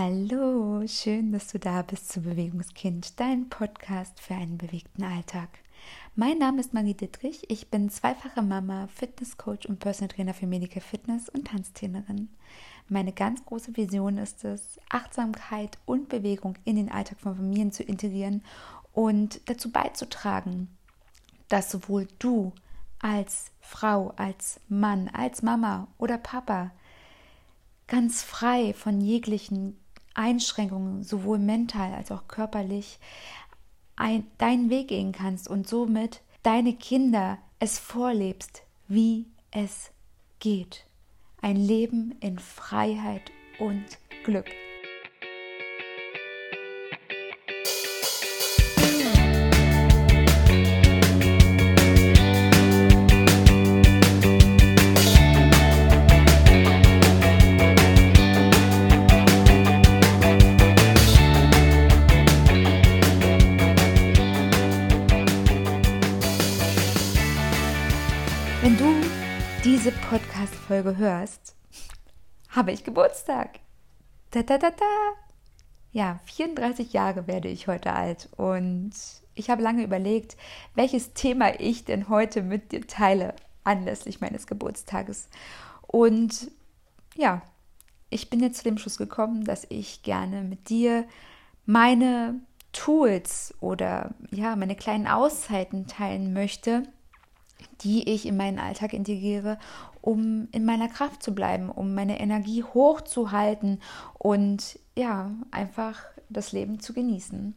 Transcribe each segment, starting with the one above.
Hallo, schön, dass du da bist zu Bewegungskind, dein Podcast für einen bewegten Alltag. Mein Name ist Marie Dittrich, ich bin zweifache Mama, Fitnesscoach und Personal Trainer für Medical Fitness und Tanztrainerin. Meine ganz große Vision ist es, Achtsamkeit und Bewegung in den Alltag von Familien zu integrieren und dazu beizutragen, dass sowohl du als Frau, als Mann, als Mama oder Papa ganz frei von jeglichen Einschränkungen, sowohl mental als auch körperlich, deinen Weg gehen kannst und somit deine Kinder es vorlebst, wie es geht. Ein Leben in Freiheit und Glück. Wenn du diese Podcast-Folge hörst, habe ich Geburtstag. Ja, 34 Jahre werde ich heute alt und ich habe lange überlegt, welches Thema ich denn heute mit dir teile, anlässlich meines Geburtstages. Und ja, ich bin jetzt zu dem Schluss gekommen, dass ich gerne mit dir meine Tools oder ja, meine kleinen Auszeiten teilen möchte, die ich in meinen Alltag integriere, um in meiner Kraft zu bleiben, um meine Energie hochzuhalten und ja, einfach das Leben zu genießen.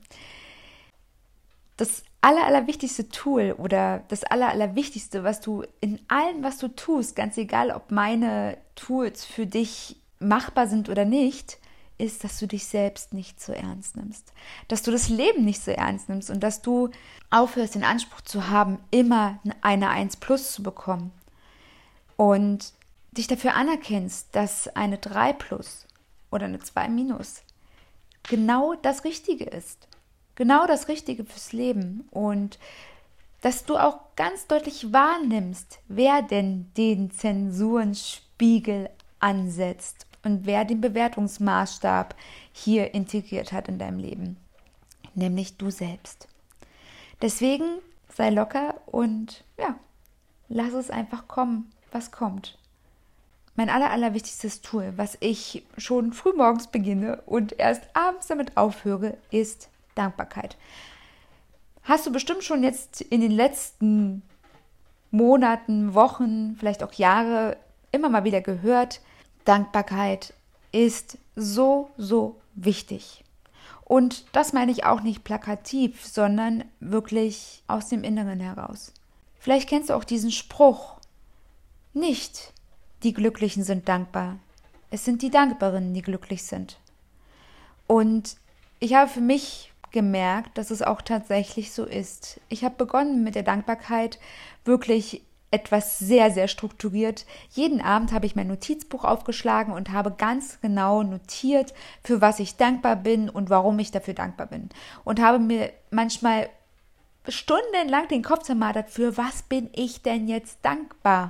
Das allerwichtigste Tool oder das allerwichtigste, was du in allem, was du tust, ganz egal, ob meine Tools für dich machbar sind oder nicht, ist, dass du dich selbst nicht so ernst nimmst, dass du das Leben nicht so ernst nimmst und dass du aufhörst, den Anspruch zu haben, immer eine 1 plus zu bekommen und dich dafür anerkennst, dass eine 3 plus oder eine 2 minus genau das Richtige ist, genau das Richtige fürs Leben und dass du auch ganz deutlich wahrnimmst, wer denn den Zensurenspiegel ansetzt und wer den Bewertungsmaßstab hier integriert hat in deinem Leben, nämlich du selbst. Deswegen sei locker und ja, lass es einfach kommen, was kommt. Mein allerwichtigstes Tool, was ich schon frühmorgens beginne und erst abends damit aufhöre, ist Dankbarkeit. Hast du bestimmt schon jetzt in den letzten Monaten, Wochen, vielleicht auch Jahre immer mal wieder gehört, Dankbarkeit ist so wichtig. Und das meine ich auch nicht plakativ, sondern wirklich aus dem Inneren heraus. Vielleicht kennst du auch diesen Spruch, nicht die Glücklichen sind dankbar, es sind die Dankbaren, die glücklich sind. Und ich habe für mich gemerkt, dass es auch tatsächlich so ist. Ich habe begonnen mit der Dankbarkeit wirklich etwas sehr strukturiert. Jeden Abend habe ich mein Notizbuch aufgeschlagen und habe ganz genau notiert, für was ich dankbar bin und warum ich dafür dankbar bin. Und habe mir manchmal stundenlang den Kopf zermartert, für was bin ich denn jetzt dankbar?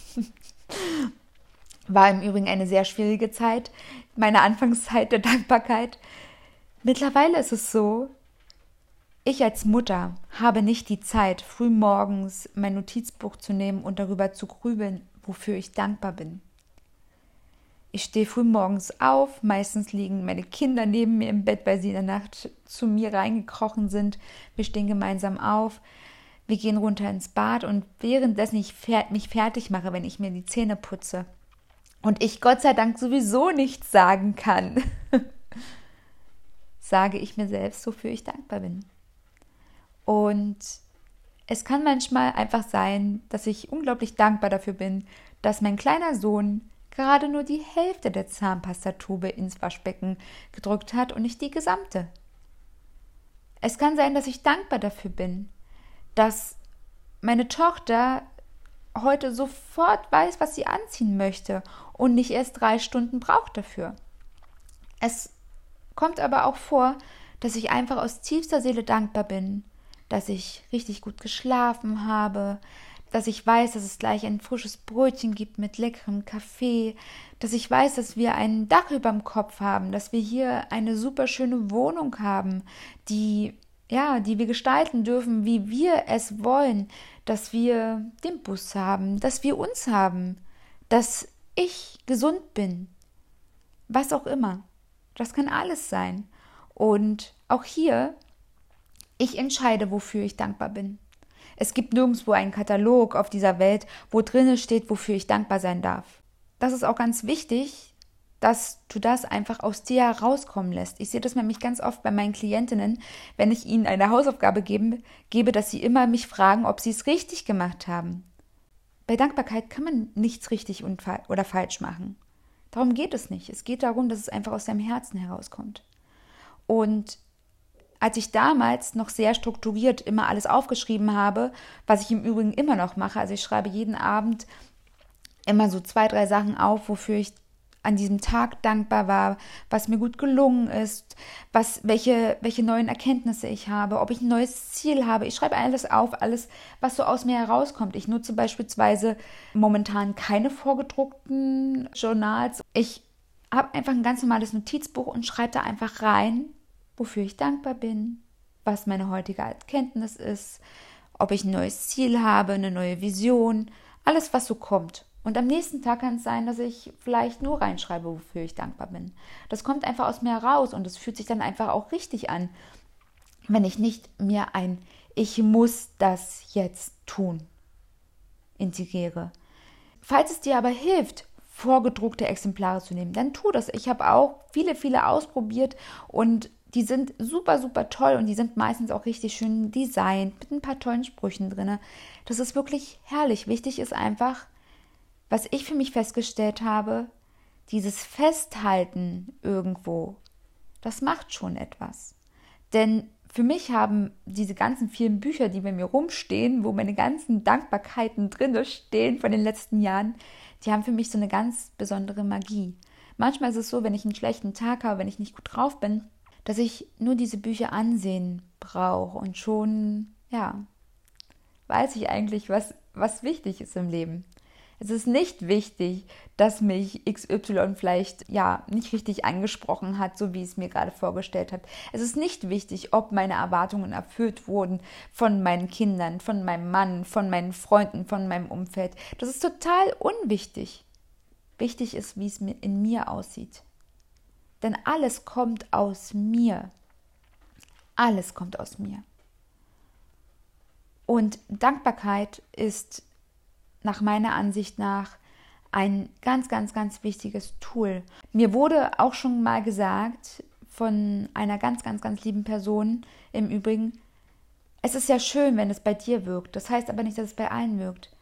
War im Übrigen eine sehr schwierige Zeit, meine Anfangszeit der Dankbarkeit. Mittlerweile ist es so, ich als Mutter habe nicht die Zeit, frühmorgens mein Notizbuch zu nehmen und darüber zu grübeln, wofür ich dankbar bin. Ich stehe frühmorgens auf, meistens liegen meine Kinder neben mir im Bett, weil sie in der Nacht zu mir reingekrochen sind. Wir stehen gemeinsam auf, wir gehen runter ins Bad und währenddessen ich mich fertig mache, wenn ich mir die Zähne putze und ich Gott sei Dank sowieso nichts sagen kann, sage ich mir selbst, wofür ich dankbar bin. Und es kann manchmal einfach sein, dass ich unglaublich dankbar dafür bin, dass mein kleiner Sohn gerade nur die Hälfte der Zahnpastatube ins Waschbecken gedrückt hat und nicht die gesamte. Es kann sein, dass ich dankbar dafür bin, dass meine Tochter heute sofort weiß, was sie anziehen möchte und nicht erst 3 Stunden braucht dafür. Es kommt aber auch vor, dass ich einfach aus tiefster Seele dankbar bin, dass ich richtig gut geschlafen habe, dass ich weiß, dass es gleich ein frisches Brötchen gibt mit leckerem Kaffee, dass ich weiß, dass wir ein Dach über dem Kopf haben, dass wir hier eine super schöne Wohnung haben, die wir gestalten dürfen, wie wir es wollen, dass wir den Bus haben, dass wir uns haben, dass ich gesund bin, was auch immer. Das kann alles sein. Und auch hier, ich entscheide, wofür ich dankbar bin. Es gibt nirgendwo einen Katalog auf dieser Welt, wo drin steht, wofür ich dankbar sein darf. Das ist auch ganz wichtig, dass du das einfach aus dir herauskommen lässt. Ich sehe das nämlich ganz oft bei meinen Klientinnen, wenn ich ihnen eine Hausaufgabe gebe, dass sie immer mich fragen, ob sie es richtig gemacht haben. Bei Dankbarkeit kann man nichts richtig oder falsch machen. Darum geht es nicht. Es geht darum, dass es einfach aus deinem Herzen herauskommt. Und als ich damals noch sehr strukturiert immer alles aufgeschrieben habe, was ich im Übrigen immer noch mache, also ich schreibe jeden Abend immer so 2, 3 Sachen auf, wofür ich an diesem Tag dankbar war, was mir gut gelungen ist, welche neuen Erkenntnisse ich habe, ob ich ein neues Ziel habe. Ich schreibe alles auf, alles, was so aus mir herauskommt. Ich nutze beispielsweise momentan keine vorgedruckten Journals. Ich habe einfach ein ganz normales Notizbuch und schreibe da einfach rein, wofür ich dankbar bin, was meine heutige Erkenntnis ist, ob ich ein neues Ziel habe, eine neue Vision, alles, was so kommt. Und am nächsten Tag kann es sein, dass ich vielleicht nur reinschreibe, wofür ich dankbar bin. Das kommt einfach aus mir heraus und es fühlt sich dann einfach auch richtig an, wenn ich nicht mir ich muss das jetzt tun integriere. Falls es dir aber hilft, vorgedruckte Exemplare zu nehmen, dann tu das. Ich habe auch viele ausprobiert und die sind super, super toll und die sind meistens auch richtig schön designt mit ein paar tollen Sprüchen drin. Das ist wirklich herrlich. Wichtig ist einfach, was ich für mich festgestellt habe, dieses Festhalten irgendwo, das macht schon etwas. Denn für mich haben diese ganzen vielen Bücher, die bei mir rumstehen, wo meine ganzen Dankbarkeiten drin stehen von den letzten Jahren, die haben für mich so eine ganz besondere Magie. Manchmal ist es so, wenn ich einen schlechten Tag habe, wenn ich nicht gut drauf bin, dass ich nur diese Bücher ansehen brauche und schon, weiß ich eigentlich, was wichtig ist im Leben. Es ist nicht wichtig, dass mich XY vielleicht nicht richtig angesprochen hat, so wie es mir gerade vorgestellt hat. Es ist nicht wichtig, ob meine Erwartungen erfüllt wurden von meinen Kindern, von meinem Mann, von meinen Freunden, von meinem Umfeld. Das ist total unwichtig. Wichtig ist, wie es in mir aussieht. Denn alles kommt aus mir. Alles kommt aus mir. Und Dankbarkeit ist nach meiner Ansicht nach ein ganz, ganz, ganz wichtiges Tool. Mir wurde auch schon mal gesagt von einer ganz, ganz, ganz lieben Person im Übrigen, es ist ja schön, wenn es bei dir wirkt. Das heißt aber nicht, dass es bei allen wirkt.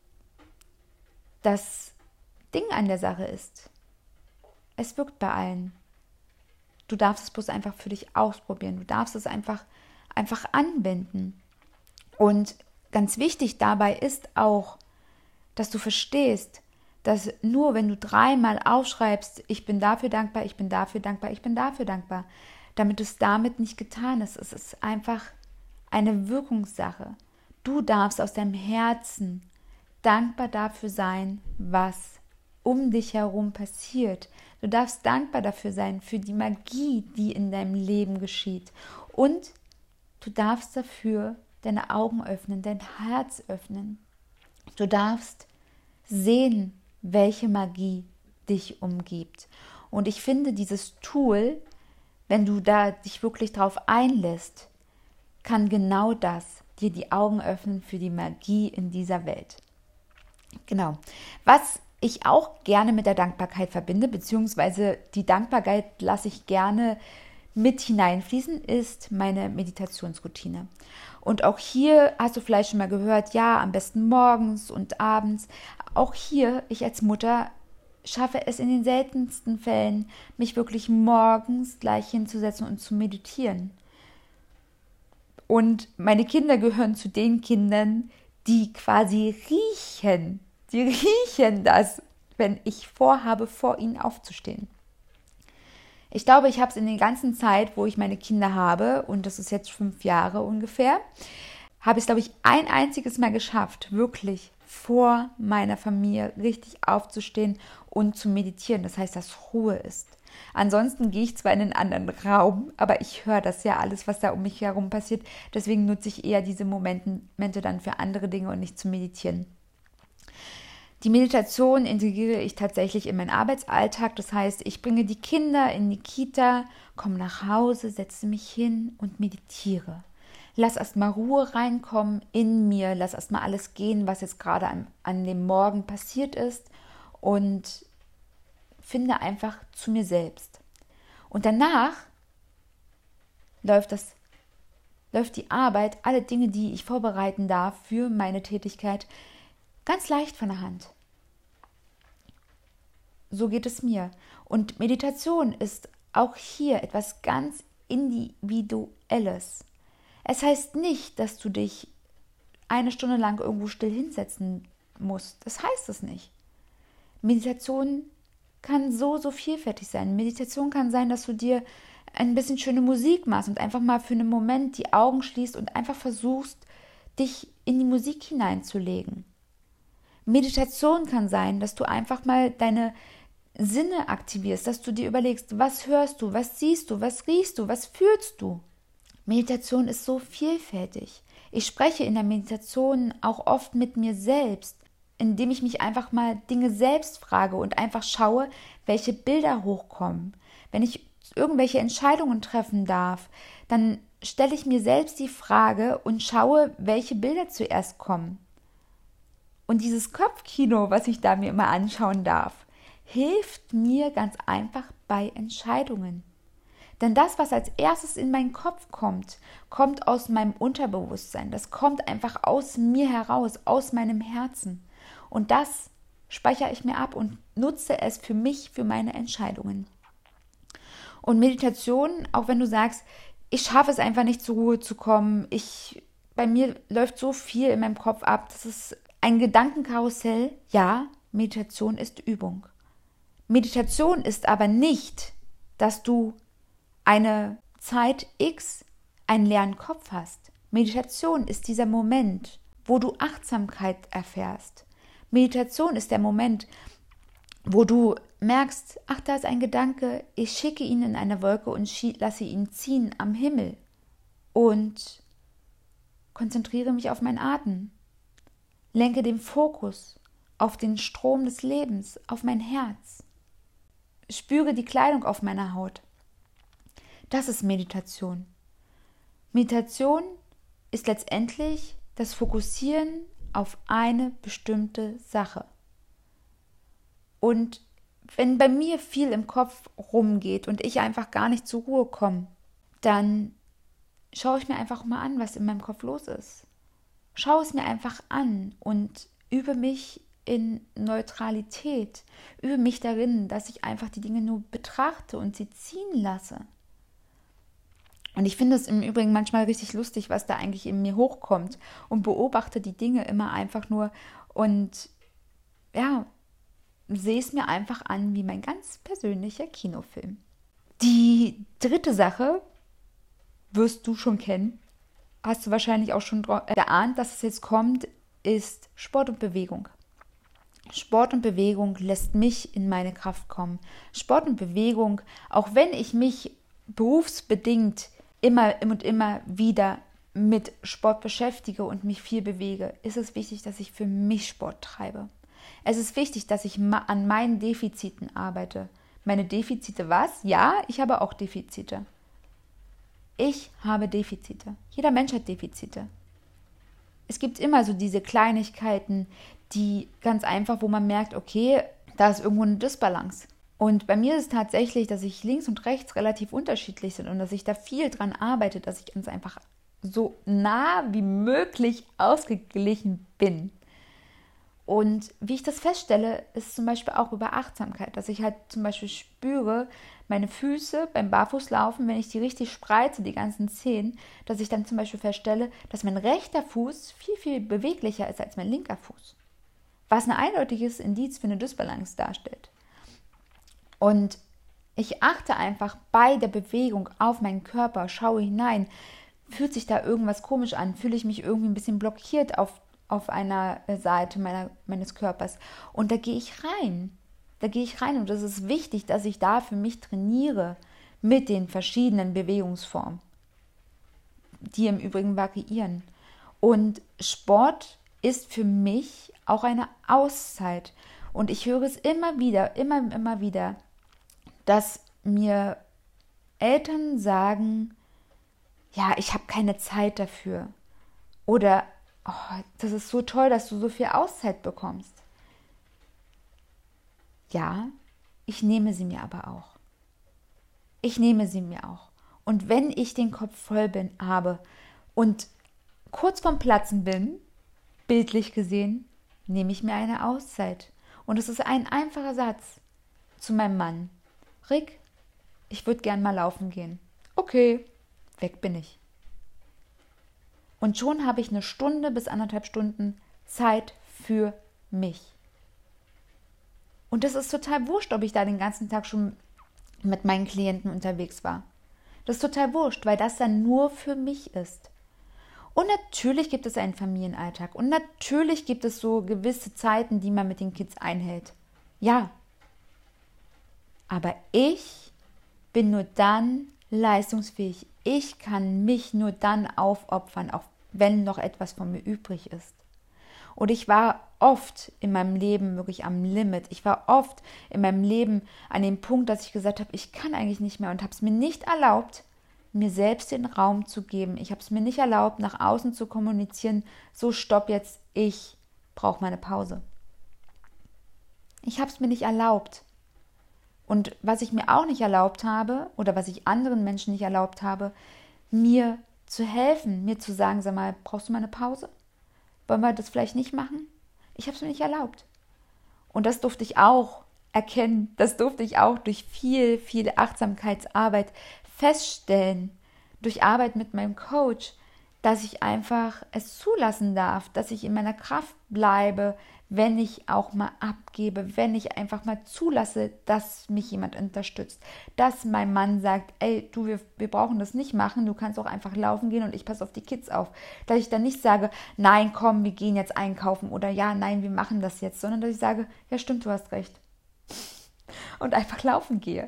Das Ding an der Sache ist, es wirkt bei allen. Du darfst es bloß einfach für dich ausprobieren. Du darfst es einfach anwenden. Und ganz wichtig dabei ist auch, dass du verstehst, dass nur wenn du 3-mal aufschreibst, ich bin dafür dankbar, ich bin dafür dankbar, ich bin dafür dankbar, damit es damit nicht getan ist. Es ist einfach eine Wirkungssache. Du darfst aus deinem Herzen dankbar dafür sein, was um dich herum passiert. Du darfst dankbar dafür sein, für die Magie, die in deinem Leben geschieht. Und du darfst dafür deine Augen öffnen, dein Herz öffnen. Du darfst sehen, welche Magie dich umgibt. Und ich finde, dieses Tool, wenn du da dich wirklich drauf einlässt, kann genau das dir die Augen öffnen für die Magie in dieser Welt. Genau. Was ich auch gerne mit der Dankbarkeit verbinde, beziehungsweise die Dankbarkeit lasse ich gerne mit hineinfließen, ist meine Meditationsroutine. Und auch hier hast du vielleicht schon mal gehört, am besten morgens und abends. Auch hier, ich als Mutter schaffe es in den seltensten Fällen, mich wirklich morgens gleich hinzusetzen und zu meditieren. Und meine Kinder gehören zu den Kindern, die quasi riechen. Die riechen das, wenn ich vorhabe, vor ihnen aufzustehen. Ich glaube, ich habe es in der ganzen Zeit, wo ich meine Kinder habe, und das ist jetzt 5 Jahre ungefähr, habe ich es, glaube ich, ein einziges Mal geschafft, wirklich vor meiner Familie richtig aufzustehen und zu meditieren. Das heißt, dass Ruhe ist. Ansonsten gehe ich zwar in einen anderen Raum, aber ich höre das ja alles, was da um mich herum passiert. Deswegen nutze ich eher diese Momente dann für andere Dinge und nicht zu meditieren. Die Meditation integriere ich tatsächlich in meinen Arbeitsalltag. Das heißt, ich bringe die Kinder in die Kita, komme nach Hause, setze mich hin und meditiere. Lass erstmal Ruhe reinkommen in mir, lass erstmal alles gehen, was jetzt gerade an dem Morgen passiert ist und finde einfach zu mir selbst. Und danach läuft die Arbeit, alle Dinge, die ich vorbereiten darf für meine Tätigkeit, ganz leicht von der Hand. So geht es mir. Und Meditation ist auch hier etwas ganz Individuelles. Es heißt nicht, dass du dich eine Stunde lang irgendwo still hinsetzen musst. Das heißt es nicht. Meditation kann so vielfältig sein. Meditation kann sein, dass du dir ein bisschen schöne Musik machst und einfach mal für einen Moment die Augen schließt und einfach versuchst, dich in die Musik hineinzulegen. Meditation kann sein, dass du einfach mal deine Sinne aktivierst, dass du dir überlegst, was hörst du, was siehst du, was riechst du, was fühlst du. Meditation ist so vielfältig. Ich spreche in der Meditation auch oft mit mir selbst, indem ich mich einfach mal Dinge selbst frage und einfach schaue, welche Bilder hochkommen. Wenn ich irgendwelche Entscheidungen treffen darf, dann stelle ich mir selbst die Frage und schaue, welche Bilder zuerst kommen. Und dieses Kopfkino, was ich da mir immer anschauen darf, hilft mir ganz einfach bei Entscheidungen. Denn das, was als erstes in meinen Kopf kommt, kommt aus meinem Unterbewusstsein. Das kommt einfach aus mir heraus, aus meinem Herzen. Und das speichere ich mir ab und nutze es für mich, für meine Entscheidungen. Und Meditation, auch wenn du sagst, ich schaffe es einfach nicht zur Ruhe zu kommen, bei mir läuft so viel in meinem Kopf ab, das ist ein Gedankenkarussell. Ja, Meditation ist Übung. Meditation ist aber nicht, dass du eine Zeit X einen leeren Kopf hast. Meditation ist dieser Moment, wo du Achtsamkeit erfährst. Meditation ist der Moment, wo du merkst, ach, da ist ein Gedanke, ich schicke ihn in eine Wolke und lasse ihn ziehen am Himmel und konzentriere mich auf meinen Atem. Lenke den Fokus auf den Strom des Lebens, auf mein Herz. Spüre die Kleidung auf meiner Haut. Das ist Meditation. Meditation ist letztendlich das Fokussieren auf eine bestimmte Sache. Und wenn bei mir viel im Kopf rumgeht und ich einfach gar nicht zur Ruhe komme, dann schaue ich mir einfach mal an, was in meinem Kopf los ist. Schaue es mir einfach an und übe mich in Neutralität. Übe mich darin, dass ich einfach die Dinge nur betrachte und sie ziehen lasse. Und ich finde es im Übrigen manchmal richtig lustig, was da eigentlich in mir hochkommt und beobachte die Dinge immer einfach nur und ja, sehe es mir einfach an wie mein ganz persönlicher Kinofilm. Die dritte Sache wirst du schon kennen, hast du wahrscheinlich auch schon erahnt, dass es jetzt kommt, ist Sport und Bewegung. Sport und Bewegung lässt mich in meine Kraft kommen. Sport und Bewegung, auch wenn ich mich berufsbedingt immer wieder mit Sport beschäftige und mich viel bewege, ist es wichtig, dass ich für mich Sport treibe. Es ist wichtig, dass ich an meinen Defiziten arbeite. Meine Defizite was? Ja, ich habe auch Defizite. Ich habe Defizite. Jeder Mensch hat Defizite. Es gibt immer so diese Kleinigkeiten, die ganz einfach, wo man merkt, okay, da ist irgendwo eine Disbalance. Und bei mir ist es tatsächlich, dass ich links und rechts relativ unterschiedlich sind und dass ich da viel dran arbeite, dass ich ganz einfach so nah wie möglich ausgeglichen bin. Und wie ich das feststelle, ist zum Beispiel auch über Achtsamkeit, dass ich halt zum Beispiel spüre, meine Füße beim Barfußlaufen, wenn ich die richtig spreize, die ganzen Zehen, dass ich dann zum Beispiel feststelle, dass mein rechter Fuß viel beweglicher ist als mein linker Fuß. Was ein eindeutiges Indiz für eine Dysbalance darstellt. Und ich achte einfach bei der Bewegung auf meinen Körper, schaue hinein, fühlt sich da irgendwas komisch an, fühle ich mich irgendwie ein bisschen blockiert auf einer Seite meines Körpers. Und da gehe ich rein. Da gehe ich rein und es ist wichtig, dass ich da für mich trainiere mit den verschiedenen Bewegungsformen, die im Übrigen variieren. Und Sport ist für mich auch eine Auszeit. Und ich höre es immer wieder, dass mir Eltern sagen, ja, ich habe keine Zeit dafür. Oder, oh, das ist so toll, dass du so viel Auszeit bekommst. Ja, ich nehme sie mir aber auch. Ich nehme sie mir auch. Und wenn ich den Kopf voll habe und kurz vorm Platzen bin, bildlich gesehen, nehme ich mir eine Auszeit. Und es ist ein einfacher Satz zu meinem Mann. Rick, ich würde gern mal laufen gehen. Okay, weg bin ich. Und schon habe ich 1 Stunde bis 1,5 Stunden Zeit für mich. Und das ist total wurscht, ob ich da den ganzen Tag schon mit meinen Klienten unterwegs war. Das ist total wurscht, weil das dann nur für mich ist. Und natürlich gibt es einen Familienalltag. Und natürlich gibt es so gewisse Zeiten, die man mit den Kids einhält. Ja. Aber ich bin nur dann leistungsfähig. Ich kann mich nur dann aufopfern, auch wenn noch etwas von mir übrig ist. Und ich war oft in meinem Leben wirklich am Limit. Ich war oft in meinem Leben an dem Punkt, dass ich gesagt habe, ich kann eigentlich nicht mehr und habe es mir nicht erlaubt, mir selbst den Raum zu geben. Ich habe es mir nicht erlaubt, nach außen zu kommunizieren, so stopp jetzt, ich brauche meine Pause. Ich habe es mir nicht erlaubt. Und was ich mir auch nicht erlaubt habe oder was ich anderen Menschen nicht erlaubt habe, mir zu helfen, mir zu sagen, sag mal, brauchst du mal eine Pause? Wollen wir das vielleicht nicht machen? Ich habe es mir nicht erlaubt. Und das durfte ich auch erkennen, das durfte ich auch durch viel Achtsamkeitsarbeit feststellen, durch Arbeit mit meinem Coach, dass ich einfach es zulassen darf, dass ich in meiner Kraft bleibe, wenn ich auch mal abgebe, wenn ich einfach mal zulasse, dass mich jemand unterstützt, dass mein Mann sagt, ey, du, wir brauchen das nicht machen, du kannst auch einfach laufen gehen und ich passe auf die Kids auf. Dass ich dann nicht sage, nein, komm, wir gehen jetzt einkaufen oder ja, nein, wir machen das jetzt, sondern dass ich sage, ja stimmt, du hast recht. Und einfach laufen gehe.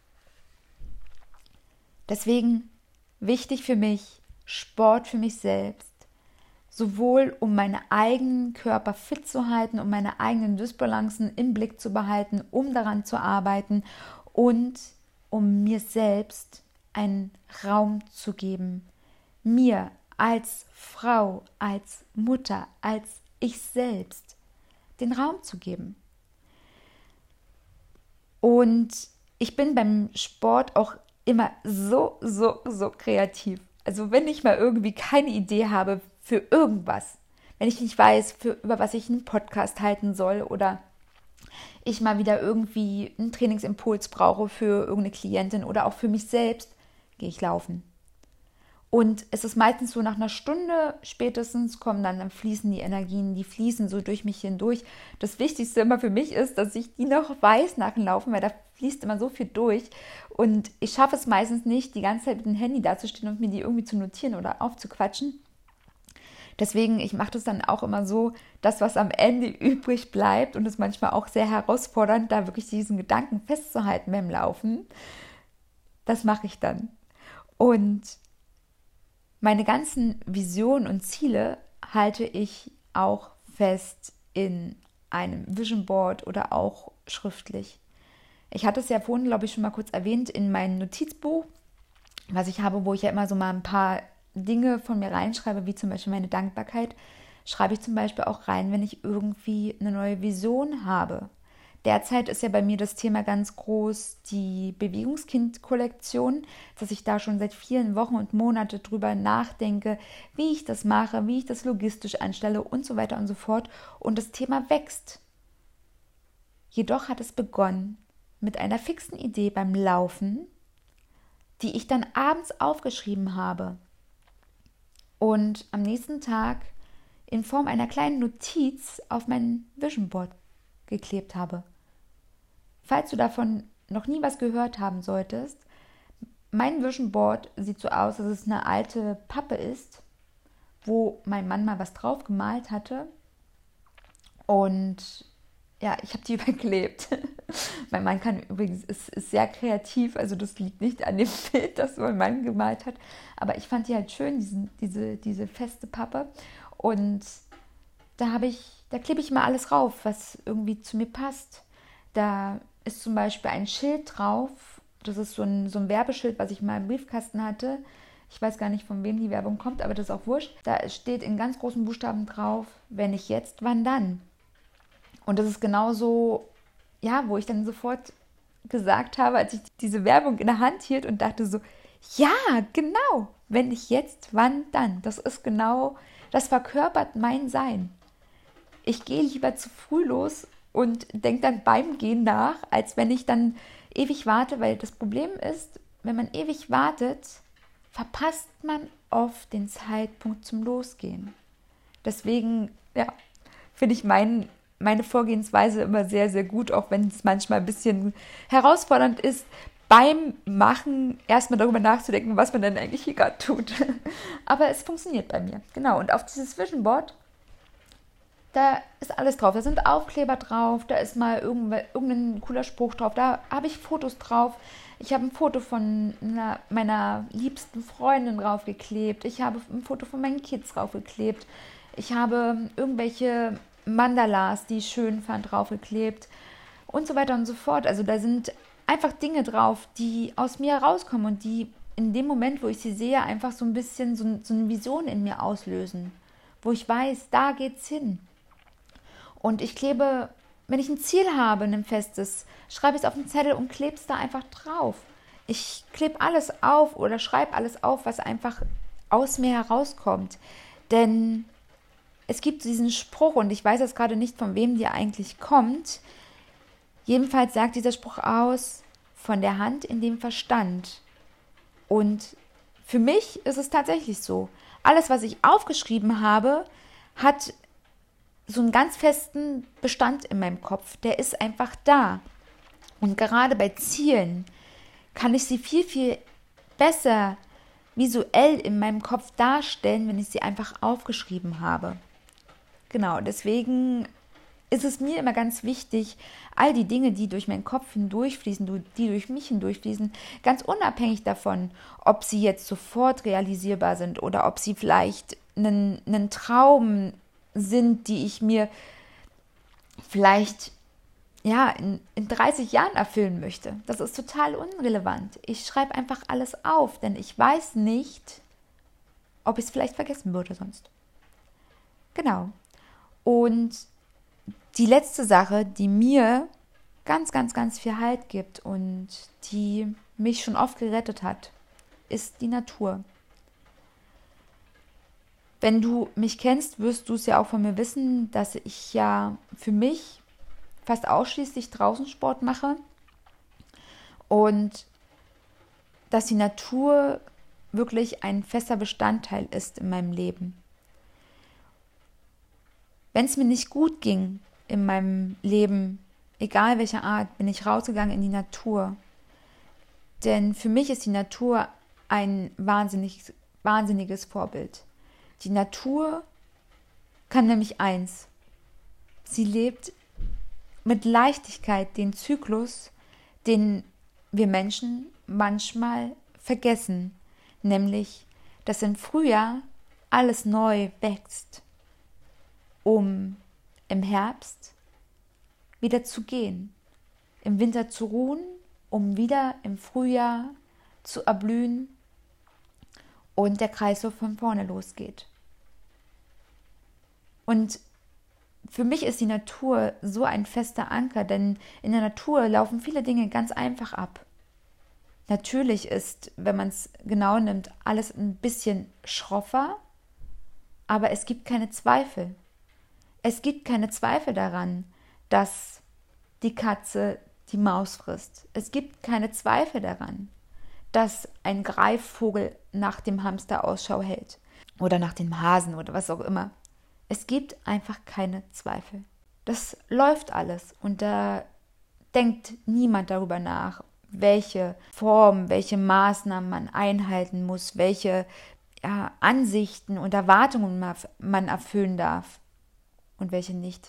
Deswegen wichtig für mich, Sport für mich selbst, sowohl um meinen eigenen Körper fit zu halten, um meine eigenen Dysbalancen im Blick zu behalten, um daran zu arbeiten und um mir selbst einen Raum zu geben. Mir als Frau, als Mutter, als ich selbst den Raum zu geben. Und ich bin beim Sport auch immer so kreativ. Also wenn ich mal irgendwie keine Idee habe für irgendwas, wenn ich nicht weiß, über was ich einen Podcast halten soll oder ich mal wieder irgendwie einen Trainingsimpuls brauche für irgendeine Klientin oder auch für mich selbst, gehe ich laufen. Und es ist meistens so, nach 1 Stunde spätestens kommen dann fließen die Energien, die fließen so durch mich hindurch. Das Wichtigste immer für mich ist, dass ich die noch weiß nach dem Laufen, weil da fließt immer so viel durch. Und ich schaffe es meistens nicht, die ganze Zeit mit dem Handy dazustehen und mir die irgendwie zu notieren oder aufzuquatschen. Deswegen, ich mache das dann auch immer so, das, was am Ende übrig bleibt und es ist manchmal auch sehr herausfordernd, da wirklich diesen Gedanken festzuhalten beim Laufen, das mache ich dann. Und meine ganzen Visionen und Ziele halte ich auch fest in einem Vision Board oder auch schriftlich. Ich hatte es ja vorhin, glaube ich, schon mal kurz erwähnt in meinem Notizbuch, was ich habe, wo ich ja immer so mal ein paar Dinge von mir reinschreibe, wie zum Beispiel meine Dankbarkeit, schreibe ich zum Beispiel auch rein, wenn ich irgendwie eine neue Vision habe. Derzeit ist ja bei mir das Thema ganz groß die Bewegungskind-Kollektion, dass ich da schon seit vielen Wochen und Monaten drüber nachdenke, wie ich das mache, wie ich das logistisch anstelle und so weiter und so fort. Und das Thema wächst. Jedoch hat es begonnen mit einer fixen Idee beim Laufen, die ich dann abends aufgeschrieben habe und am nächsten Tag in Form einer kleinen Notiz auf mein Vision Board geklebt habe. Falls du davon noch nie was gehört haben solltest, mein Vision Board sieht so aus, dass es eine alte Pappe ist, wo mein Mann mal was drauf gemalt hatte. Und ja, ich habe die überklebt. Mein Mann ist sehr kreativ, also das liegt nicht an dem Bild, das mein Mann gemalt hat. Aber ich fand die halt schön, diese feste Pappe. Und da klebe ich mal alles rauf, was irgendwie zu mir passt. Da ist zum Beispiel ein Schild drauf. Das ist so ein Werbeschild, was ich mal im Briefkasten hatte. Ich weiß gar nicht, von wem die Werbung kommt, aber das ist auch wurscht. Da steht in ganz großen Buchstaben drauf, wenn nicht jetzt, wann dann? Und das ist genauso, ja, wo ich dann sofort gesagt habe, als ich diese Werbung in der Hand hielt und dachte so, ja, genau, wenn nicht jetzt, wann dann? Das ist genau, das verkörpert mein Sein. Ich gehe lieber zu früh los und denke dann beim Gehen nach, als wenn ich dann ewig warte, weil das Problem ist, wenn man ewig wartet, verpasst man oft den Zeitpunkt zum Losgehen. Deswegen, ja, finde ich meine Vorgehensweise immer sehr, sehr gut, auch wenn es manchmal ein bisschen herausfordernd ist, beim Machen erstmal darüber nachzudenken, was man denn eigentlich hier gerade tut. Aber es funktioniert bei mir. Genau, und auf dieses Vision Board, da ist alles drauf. Da sind Aufkleber drauf, da ist mal irgendein cooler Spruch drauf, da habe ich Fotos drauf. Ich habe ein Foto von meiner liebsten Freundin draufgeklebt. Ich habe ein Foto von meinen Kids draufgeklebt. Ich habe irgendwelche Mandalas, die ich schön fand, draufgeklebt und so weiter und so fort. Also da sind einfach Dinge drauf, die aus mir herauskommen und die in dem Moment, wo ich sie sehe, einfach so ein bisschen so eine Vision in mir auslösen, wo ich weiß, da geht's hin. Und ich klebe, wenn ich ein Ziel habe, ein festes, schreibe ich es auf den Zettel und klebe es da einfach drauf. Ich klebe alles auf oder schreibe alles auf, was einfach aus mir herauskommt. Denn es gibt diesen Spruch, und ich weiß jetzt gerade nicht, von wem der eigentlich kommt. Jedenfalls sagt dieser Spruch aus, von der Hand in den Verstand. Und für mich ist es tatsächlich so. Alles, was ich aufgeschrieben habe, hat so einen ganz festen Bestand in meinem Kopf. Der ist einfach da. Und gerade bei Zielen kann ich sie viel, viel besser visuell in meinem Kopf darstellen, wenn ich sie einfach aufgeschrieben habe. Genau, deswegen ist es mir immer ganz wichtig, all die Dinge, die durch meinen Kopf hindurchfließen, die durch mich hindurchfließen, ganz unabhängig davon, ob sie jetzt sofort realisierbar sind oder ob sie vielleicht einen Traum sind, die ich mir vielleicht ja, in 30 Jahren erfüllen möchte. Das ist total unrelevant. Ich schreibe einfach alles auf, denn ich weiß nicht, ob ich es vielleicht vergessen würde sonst. Genau. Und die letzte Sache, die mir ganz, ganz, ganz viel Halt gibt und die mich schon oft gerettet hat, ist die Natur. Wenn du mich kennst, wirst du es ja auch von mir wissen, dass ich ja für mich fast ausschließlich draußen Sport mache und dass die Natur wirklich ein fester Bestandteil ist in meinem Leben. Wenn es mir nicht gut ging in meinem Leben, egal welcher Art, bin ich rausgegangen in die Natur. Denn für mich ist die Natur ein wahnsinniges Vorbild. Die Natur kann nämlich eins. Sie lebt mit Leichtigkeit den Zyklus, den wir Menschen manchmal vergessen. Nämlich, dass im Frühjahr alles neu wächst, um im Herbst wieder zu gehen, im Winter zu ruhen, um wieder im Frühjahr zu erblühen und der Kreislauf von vorne losgeht. Und für mich ist die Natur so ein fester Anker, denn in der Natur laufen viele Dinge ganz einfach ab. Natürlich ist, wenn man es genau nimmt, alles ein bisschen schroffer, aber es gibt keine Zweifel. Es gibt keine Zweifel daran, dass die Katze die Maus frisst. Es gibt keine Zweifel daran, dass ein Greifvogel nach dem Hamster Ausschau hält oder nach dem Hasen oder was auch immer. Es gibt einfach keine Zweifel. Das läuft alles und da denkt niemand darüber nach, welche Formen, welche Maßnahmen man einhalten muss, welche Ansichten und Erwartungen man erfüllen darf und welche nicht.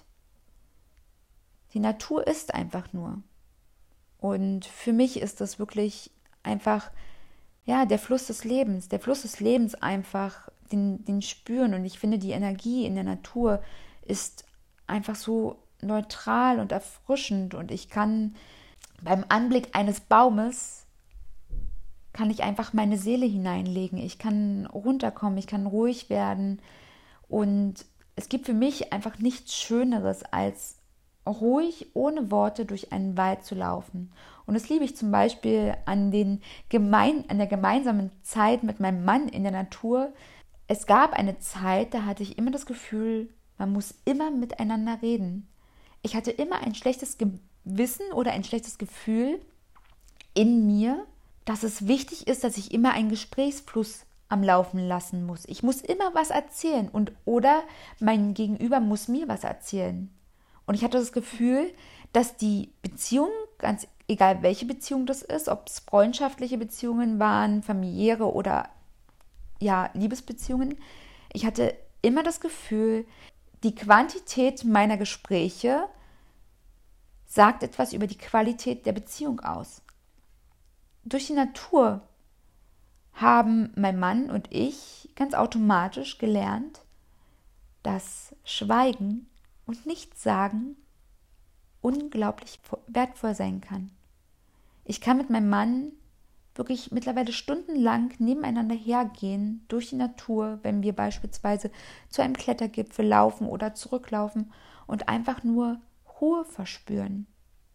Die Natur ist einfach nur. Und für mich ist das wirklich einfach, der Fluss des Lebens. Der Fluss des Lebens einfach, den spüren. Und ich finde, die Energie in der Natur ist einfach so neutral und erfrischend. Und ich kann beim Anblick eines Baumes, kann ich einfach meine Seele hineinlegen. Ich kann runterkommen, ich kann ruhig werden. Und es gibt für mich einfach nichts Schöneres, als ruhig ohne Worte durch einen Wald zu laufen. Und das liebe ich zum Beispiel an der gemeinsamen Zeit mit meinem Mann in der Natur. Es gab eine Zeit, da hatte ich immer das Gefühl, man muss immer miteinander reden. Ich hatte immer ein schlechtes Gewissen oder ein schlechtes Gefühl in mir, dass es wichtig ist, dass ich immer einen Gesprächsfluss am Laufen lassen muss. Ich muss immer was erzählen oder mein Gegenüber muss mir was erzählen. Und ich hatte das Gefühl, dass die Beziehung, ganz egal welche Beziehung das ist, ob es freundschaftliche Beziehungen waren, familiäre oder Liebesbeziehungen, ich hatte immer das Gefühl, die Quantität meiner Gespräche sagt etwas über die Qualität der Beziehung aus. Durch die Natur haben mein Mann und ich ganz automatisch gelernt, dass Schweigen und Nichtsagen unglaublich wertvoll sein kann. Ich kann mit meinem Mann wirklich mittlerweile stundenlang nebeneinander hergehen durch die Natur, wenn wir beispielsweise zu einem Klettergipfel laufen oder zurücklaufen und einfach nur Ruhe verspüren.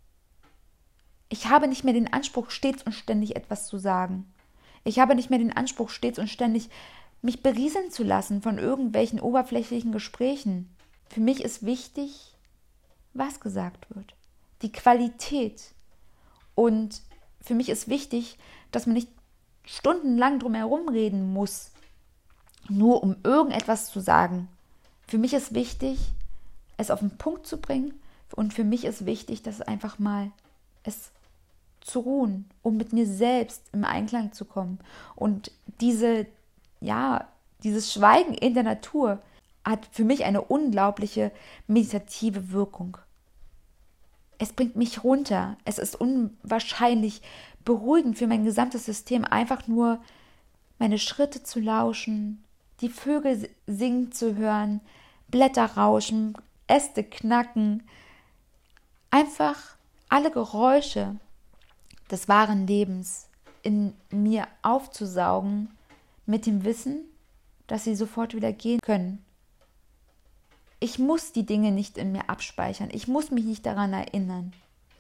Ich habe nicht mehr den Anspruch, stets und ständig etwas zu sagen. Ich habe nicht mehr den Anspruch, stets und ständig mich berieseln zu lassen von irgendwelchen oberflächlichen Gesprächen. Für mich ist wichtig, was gesagt wird. Die Qualität. Und für mich ist wichtig, dass man nicht stundenlang drum herum reden muss, nur um irgendetwas zu sagen. Für mich ist wichtig, es auf den Punkt zu bringen. Und für mich ist wichtig, dass einfach mal es zu ruhen, um mit mir selbst im Einklang zu kommen. Und dieses Schweigen in der Natur hat für mich eine unglaubliche meditative Wirkung. Es bringt mich runter. Es ist unwahrscheinlich beruhigend für mein gesamtes System, einfach nur meine Schritte zu lauschen, die Vögel singen zu hören, Blätter rauschen, Äste knacken, einfach alle Geräusche des wahren Lebens in mir aufzusaugen, mit dem Wissen, dass sie sofort wieder gehen können. Ich muss die Dinge nicht in mir abspeichern. Ich muss mich nicht daran erinnern.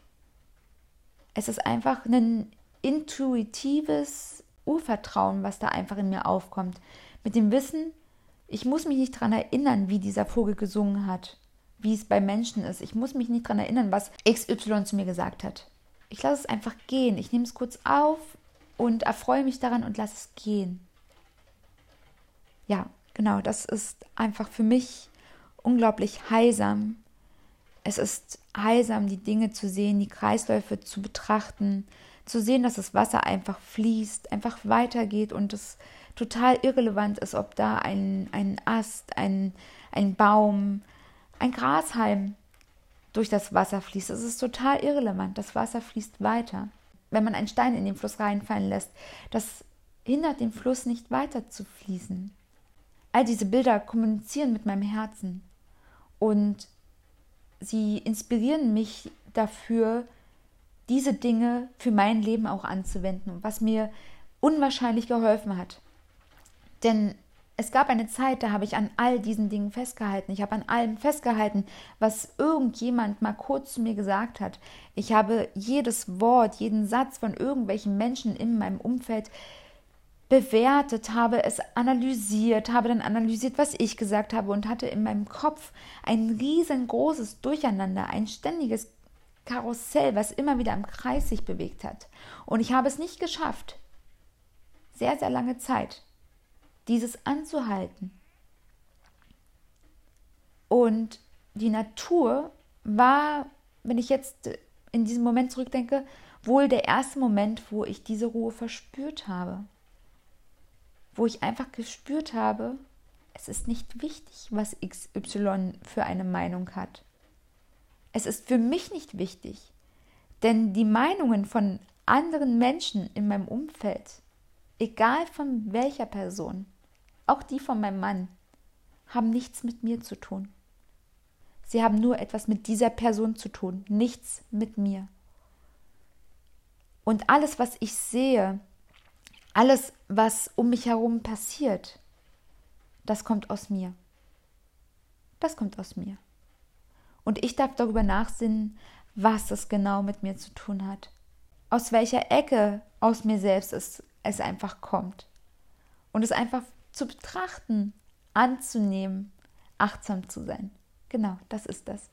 Es ist einfach ein intuitives Urvertrauen, was da einfach in mir aufkommt. Mit dem Wissen, ich muss mich nicht daran erinnern, wie dieser Vogel gesungen hat, wie es bei Menschen ist. Ich muss mich nicht daran erinnern, was XY zu mir gesagt hat. Ich lasse es einfach gehen. Ich nehme es kurz auf und erfreue mich daran und lasse es gehen. Ja, genau, das ist einfach für mich unglaublich heilsam. Es ist heilsam, die Dinge zu sehen, die Kreisläufe zu betrachten, zu sehen, dass das Wasser einfach fließt, einfach weitergeht und es total irrelevant ist, ob da ein Ast, ein Baum, ein Grashalm durch das Wasser fließt. Es ist total irrelevant. Das Wasser fließt weiter. Wenn man einen Stein in den Fluss reinfallen lässt, das hindert den Fluss nicht weiter zu fließen. All diese Bilder kommunizieren mit meinem Herzen und sie inspirieren mich dafür, diese Dinge für mein Leben auch anzuwenden, was mir unwahrscheinlich geholfen hat. Denn es gab eine Zeit, da habe ich an all diesen Dingen festgehalten. Ich habe an allem festgehalten, was irgendjemand mal kurz zu mir gesagt hat. Ich habe jedes Wort, jeden Satz von irgendwelchen Menschen in meinem Umfeld bewertet, habe es analysiert, habe dann analysiert, was ich gesagt habe und hatte in meinem Kopf ein riesengroßes Durcheinander, ein ständiges Karussell, was immer wieder im Kreis sich bewegt hat. Und ich habe es nicht geschafft, sehr, sehr lange Zeit, dieses anzuhalten. Und die Natur war, wenn ich jetzt in diesem Moment zurückdenke, wohl der erste Moment, wo ich diese Ruhe verspürt habe. Wo ich einfach gespürt habe, es ist nicht wichtig, was XY für eine Meinung hat. Es ist für mich nicht wichtig, denn die Meinungen von anderen Menschen in meinem Umfeld, egal von welcher Person, auch die von meinem Mann, haben nichts mit mir zu tun. Sie haben nur etwas mit dieser Person zu tun, nichts mit mir. Und alles, was ich sehe, alles, was um mich herum passiert, das kommt aus mir. Das kommt aus mir. Und ich darf darüber nachsinnen, was es genau mit mir zu tun hat. Aus welcher Ecke aus mir selbst es einfach kommt. Und es einfach zu betrachten, anzunehmen, achtsam zu sein. Genau, das ist das.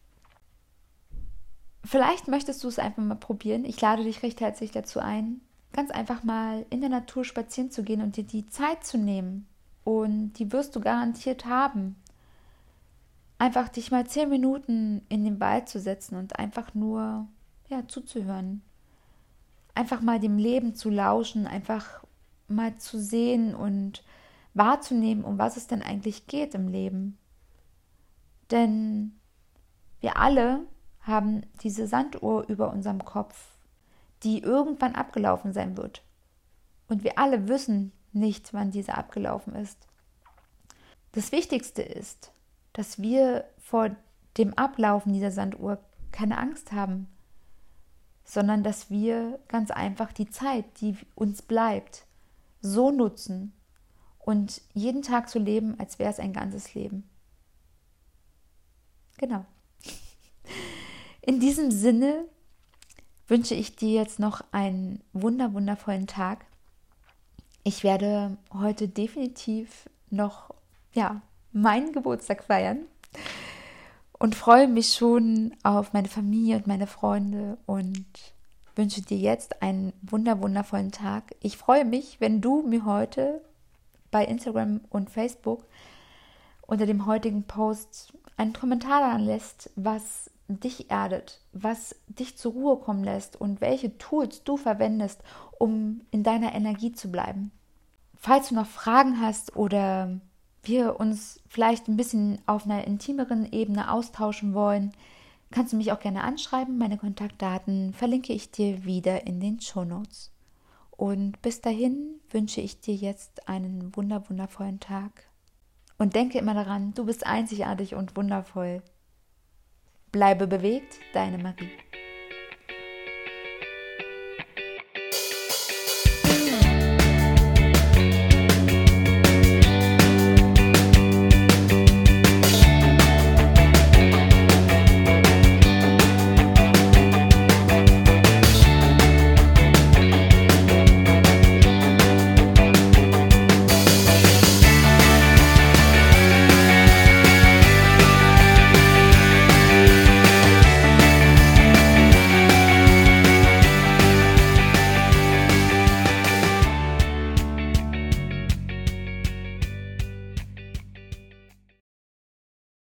Vielleicht möchtest du es einfach mal probieren. Ich lade dich recht herzlich dazu ein, ganz einfach mal in der Natur spazieren zu gehen und dir die Zeit zu nehmen. Und die wirst du garantiert haben. Einfach dich mal 10 Minuten in den Wald zu setzen und einfach nur zuzuhören. Einfach mal dem Leben zu lauschen, einfach mal zu sehen und wahrzunehmen, um was es denn eigentlich geht im Leben. Denn wir alle haben diese Sanduhr über unserem Kopf, die irgendwann abgelaufen sein wird. Und wir alle wissen nicht, wann diese abgelaufen ist. Das Wichtigste ist, dass wir vor dem Ablaufen dieser Sanduhr keine Angst haben, sondern dass wir ganz einfach die Zeit, die uns bleibt, so nutzen und jeden Tag so leben, als wäre es ein ganzes Leben. Genau. In diesem Sinne wünsche ich dir jetzt noch einen wundervollen Tag. Ich werde heute definitiv noch meinen Geburtstag feiern und freue mich schon auf meine Familie und meine Freunde und wünsche dir jetzt einen wundervollen Tag. Ich freue mich, wenn du mir heute bei Instagram und Facebook unter dem heutigen Post einen Kommentar daran lässt, was dich erdet, was dich zur Ruhe kommen lässt und welche Tools du verwendest, um in deiner Energie zu bleiben. Falls du noch Fragen hast oder wir uns vielleicht ein bisschen auf einer intimeren Ebene austauschen wollen, kannst du mich auch gerne anschreiben. Meine Kontaktdaten verlinke ich dir wieder in den Shownotes. Und bis dahin wünsche ich dir jetzt einen wundervollen Tag. Und denke immer daran, du bist einzigartig und wundervoll. Bleibe bewegt, deine Marie.